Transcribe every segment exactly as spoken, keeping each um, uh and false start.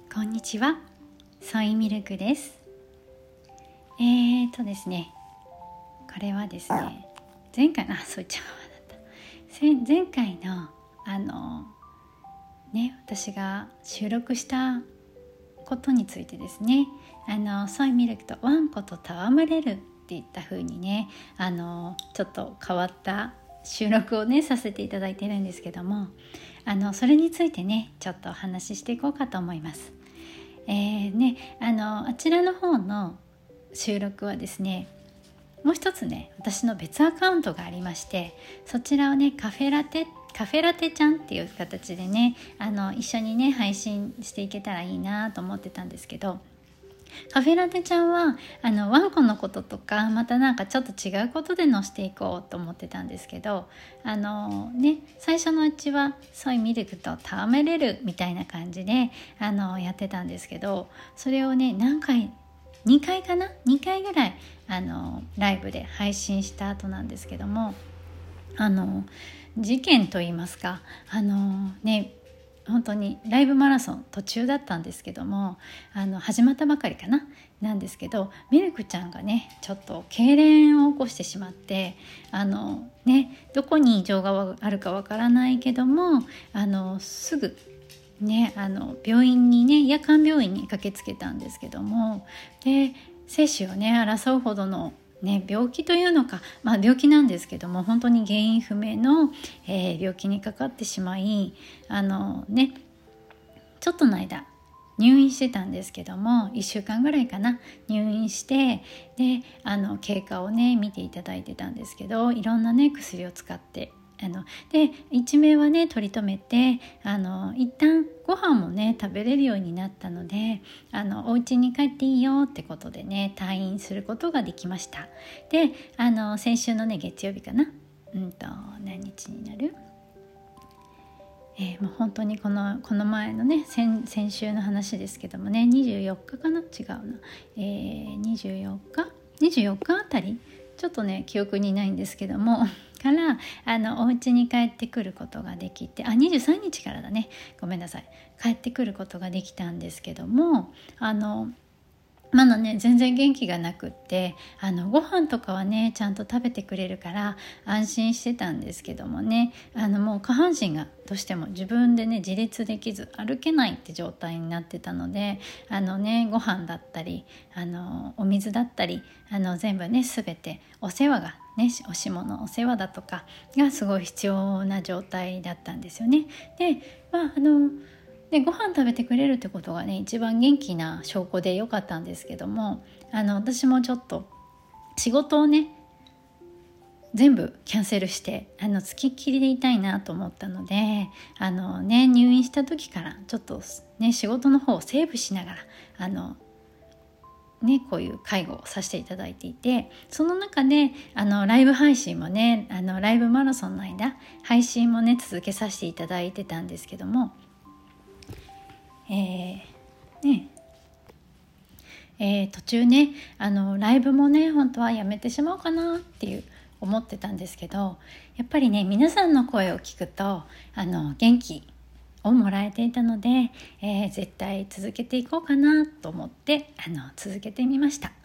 こんにちは、ソイミルクです。えーとですねこれはですね前回のあそうちゃんだった前回のあのね私が収録したことについてですね、あのソイミルクとワンコと戯れるっていった風にね、あのちょっと変わった収録をねさせていただいてるんですけども、あのそれについてねちょっとお話ししていこうかと思います。えーね、あのあちらの方の収録はですね、もう一つね私の別アカウントがありまして、そちらをねカフェラテカフェラテちゃんっていう形でねあの一緒にね配信していけたらいいなと思ってたんですけど、カフェラテちゃんはあのワンコのこととかまたなんかちょっと違うことで載せていこうと思ってたんですけど、あのね最初のうちはソイミルクと戯れるみたいな感じであのやってたんですけど、それをね何回にかいかなにかいぐらいあのライブで配信した後なんですけども、あの事件といいますか、あのね本当にライブマラソン途中だったんですけども、あの始まったばかりかななんですけど、ミルクちゃんがねちょっと痙攣を起こしてしまって、あのねどこに異常があるかわからないけども、あのすぐねあの病院にね夜間病院に駆けつけたんですけども、で生死をね争うほどのね、病気というのか、まあ、病気なんですけども本当に原因不明の、えー、病気にかかってしまい、あのねちょっとの間入院してたんですけども、いっしゅうかんぐらいかな入院して、であの経過をね見ていただいてたんですけど、いろんなね薬を使ってあので一命はね取り留めて、あの一旦ご飯もね食べれるようになったので、あのお家に帰っていいよってことでね退院することができました。であの先週のね月曜日かな、うんと何日になる、えー、もう本当にこのこの前のね 先, 先週の話ですけどもね、にじゅうよっかかな違うな、えー、にじゅうよっかにじゅうよっかあたりちょっとね記憶にないんですけどもからあのお家に帰ってくることができて、あにじゅうさんにちからだねごめんなさい帰ってくることができたんですけども、あのまだね全然元気がなくって、あのご飯とかはねちゃんと食べてくれるから安心してたんですけどもね、あのもう下半身がどうしても自分でね自立できず歩けないって状態になってたので、あのねご飯だったりあのお水だったりあの全部ね全てお世話がね、おしものお世話だとかがすごい必要な状態だったんですよね。で、まああのでご飯食べてくれるってことがね一番元気な証拠でよかったんですけども、あの私もちょっと仕事をね全部キャンセルしてあの付きっきりでいたいなと思ったので、あのね入院した時からちょっとね仕事の方をセーブしながらあのね、こういう介護をさせていただいていて、その中であのライブ配信もねあのライブマラソンの間配信もね続けさせていただいてたんですけども、えーねえー、途中ねあのライブもね本当はやめてしまおうかなっていう思ってたんですけど、やっぱりね皆さんの声を聞くとあの元気をもらえていたので、えー、絶対続けていこうかなと思ってあの続けてみました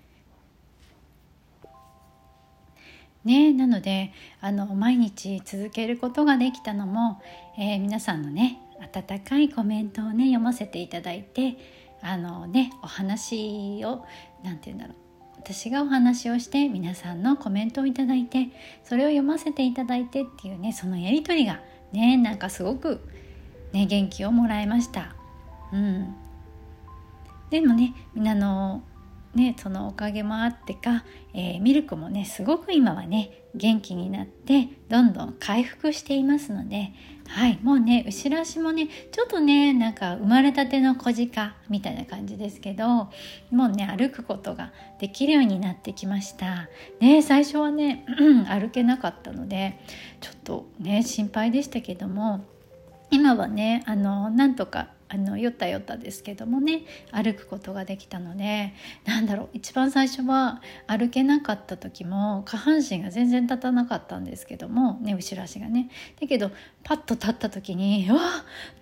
ね。なのであの毎日続けることができたのも、えー、皆さんのね温かいコメントをね読ませていただいて、あのねお話をなんて言うんだろう私がお話をして皆さんのコメントをいただいて、それを読ませていただいてっていうねそのやり取りがねなんかすごくね、元気をもらいました、うん、でもねみんなのねそのおかげもあってか、えー、ミルクもねすごく今はね元気になってどんどん回復していますので、はいもうね後ろ足もねちょっとねなんか生まれたての小鹿みたいな感じですけど、もうね歩くことができるようになってきましたね。最初はね歩けなかったのでちょっとね心配でしたけども、今はねあのなんとかあのよったよったですけどもね歩くことができたので、なんだろう一番最初は歩けなかった時も下半身が全然立たなかったんですけどもね後ろ足がねだけどパッと立った時にうわく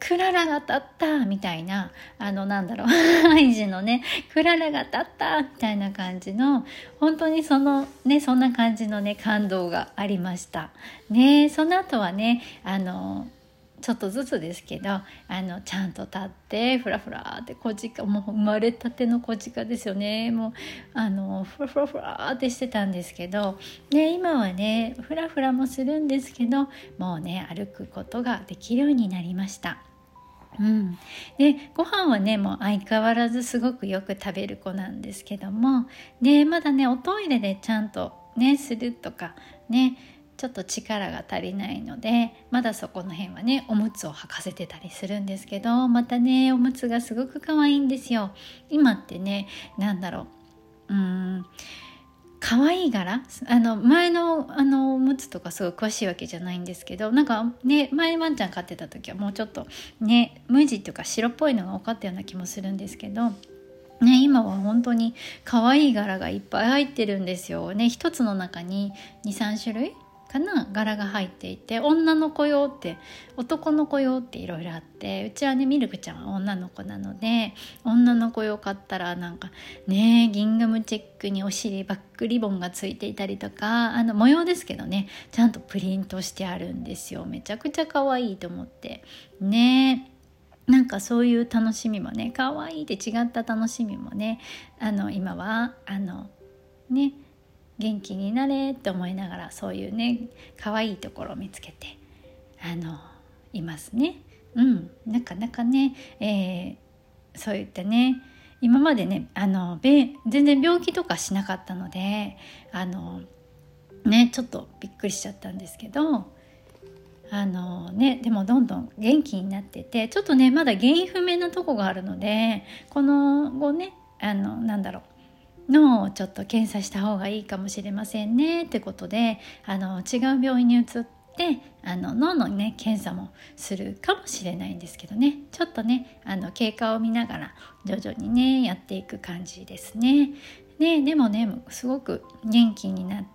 クララが立ったみたいな、あのなんだろうハイジのねクララが立ったみたいな感じの、本当にそのねそんな感じのね感動がありましたね。その後はねあのちょっとずつですけど、あのちゃんと立ってフラフラって小鹿、もう生まれたての小鹿ですよね。もうあのフラフラフラってしてたんですけど、ね、今はねフラフラもするんですけど、もうね歩くことができるようになりました。うん、でご飯はねもう相変わらずすごくよく食べる子なんですけども、でまだねおトイレでちゃんとねするとかね、ちょっと力が足りないので、まだそこの辺はねおむつを履かせてたりするんですけど、またねおむつがすごく可愛いんですよ。今ってねなんだろう、うーん可愛い柄、あの前のあのおむつとかすごい詳しいわけじゃないんですけど、なんかね前ワンちゃん飼ってた時はもうちょっとね無地とか白っぽいのが多かったような気もするんですけどね、今は本当に可愛い柄がいっぱい入ってるんですよね。一つの中に にさん 種類かな柄が入っていて、女の子用って男の子用っていろいろあって、うちはねミルクちゃんは女の子なので、女の子用買ったらなんかねギンガムチェックにお尻バックリボンがついていたりとか、あの模様ですけどねちゃんとプリントしてあるんですよ。めちゃくちゃ可愛いと思ってね。なんかそういう楽しみもね、可愛いって違った楽しみもね、あの今はあのね元気になれって思いながら、そういうね可愛いところを見つけてあのいますね。うん、なかなかね、えー、そういったね今までねあのべ全然病気とかしなかったので、あのねちょっとびっくりしちゃったんですけど、あのね、でもどんどん元気になってて、ちょっとねまだ原因不明なとこがあるので、この後ねあのなんだろう脳をちょっと検査した方がいいかもしれませんねってことで、あの違う病院に移ってあの脳のね検査もするかもしれないんですけどね、ちょっとねあの経過を見ながら徐々にねやっていく感じですね。ね、でもねすごく元気になって、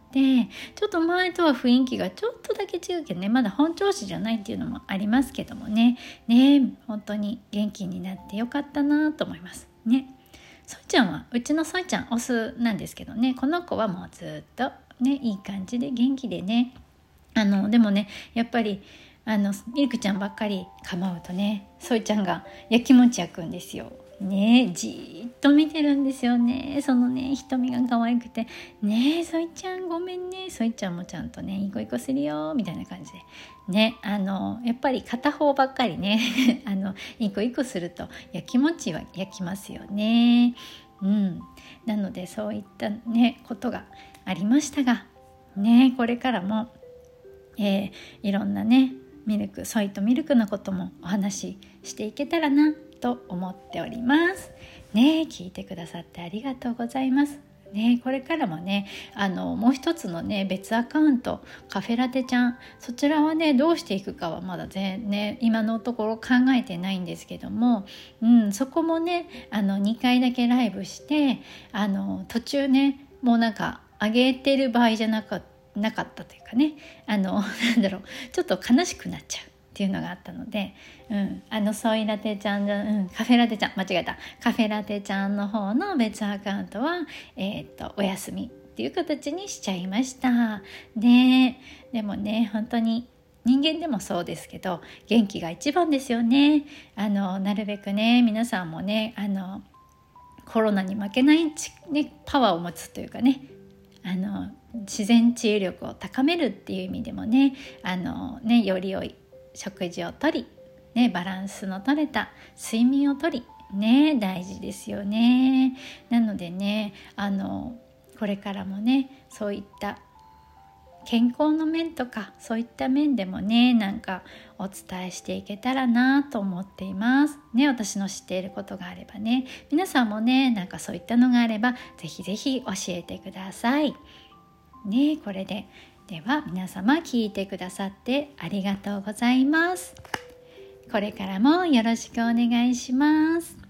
ちょっと前とは雰囲気がちょっとだけ違うけどね、まだ本調子じゃないっていうのもありますけどもね、ね本当に元気になってよかったなと思いますね。ソイちゃんはうちのソイちゃんオスなんですけどね、この子はもうずっとねいい感じで元気でね、あのでもねやっぱりあのミルクちゃんばっかり構うとね、ソイちゃんがやきもち焼くんですよね。じーっと見てるんですよね。そのね瞳が可愛くて、ねえソイちゃんごめんね、ソイちゃんもちゃんとねいい子いい子するよみたいな感じでね、あのやっぱり片方ばっかりねあのいい子いい子するとやきもちは焼きますよね。うん、なのでそういったねことがありましたがね、これからも、えー、いろんなねミルクソイとミルクのこともお話ししていけたらなと思っておりますね。聞いてくださってありがとうございますね。これからもねあのもう一つのね別アカウントカフェラテちゃん、そちらはねどうしていくかはまだ全ね今のところ考えてないんですけども、うん、そこもねあのにかいだけライブして、あの途中ねもうなんか上げてる場合じゃなかったなかったというかね、あのなんだろうちょっと悲しくなっちゃうっていうのがあったので、うん、あのソイラテちゃんじゃ、うん、カフェラテちゃん間違えたカフェラテちゃんの方の別アカウントは、えー、っとお休みっていう形にしちゃいました。ででもね本当に人間でもそうですけど元気が一番ですよね。あのなるべくね皆さんもねあのコロナに負けない、ね、パワーを持つというかね、あの自然治癒力を高めるっていう意味でもね、あのねより良い食事をとり、ね、バランスの取れた睡眠をとり、ね、大事ですよね。なのでねあのこれからもねそういった健康の面とかそういった面でもねなんかお伝えしていけたらなと思っていますね。私の知っていることがあればね、皆さんもねなんかそういったのがあればぜひぜひ教えてくださいね。これででは皆様聞いてくださってありがとうございます。これからもよろしくお願いします。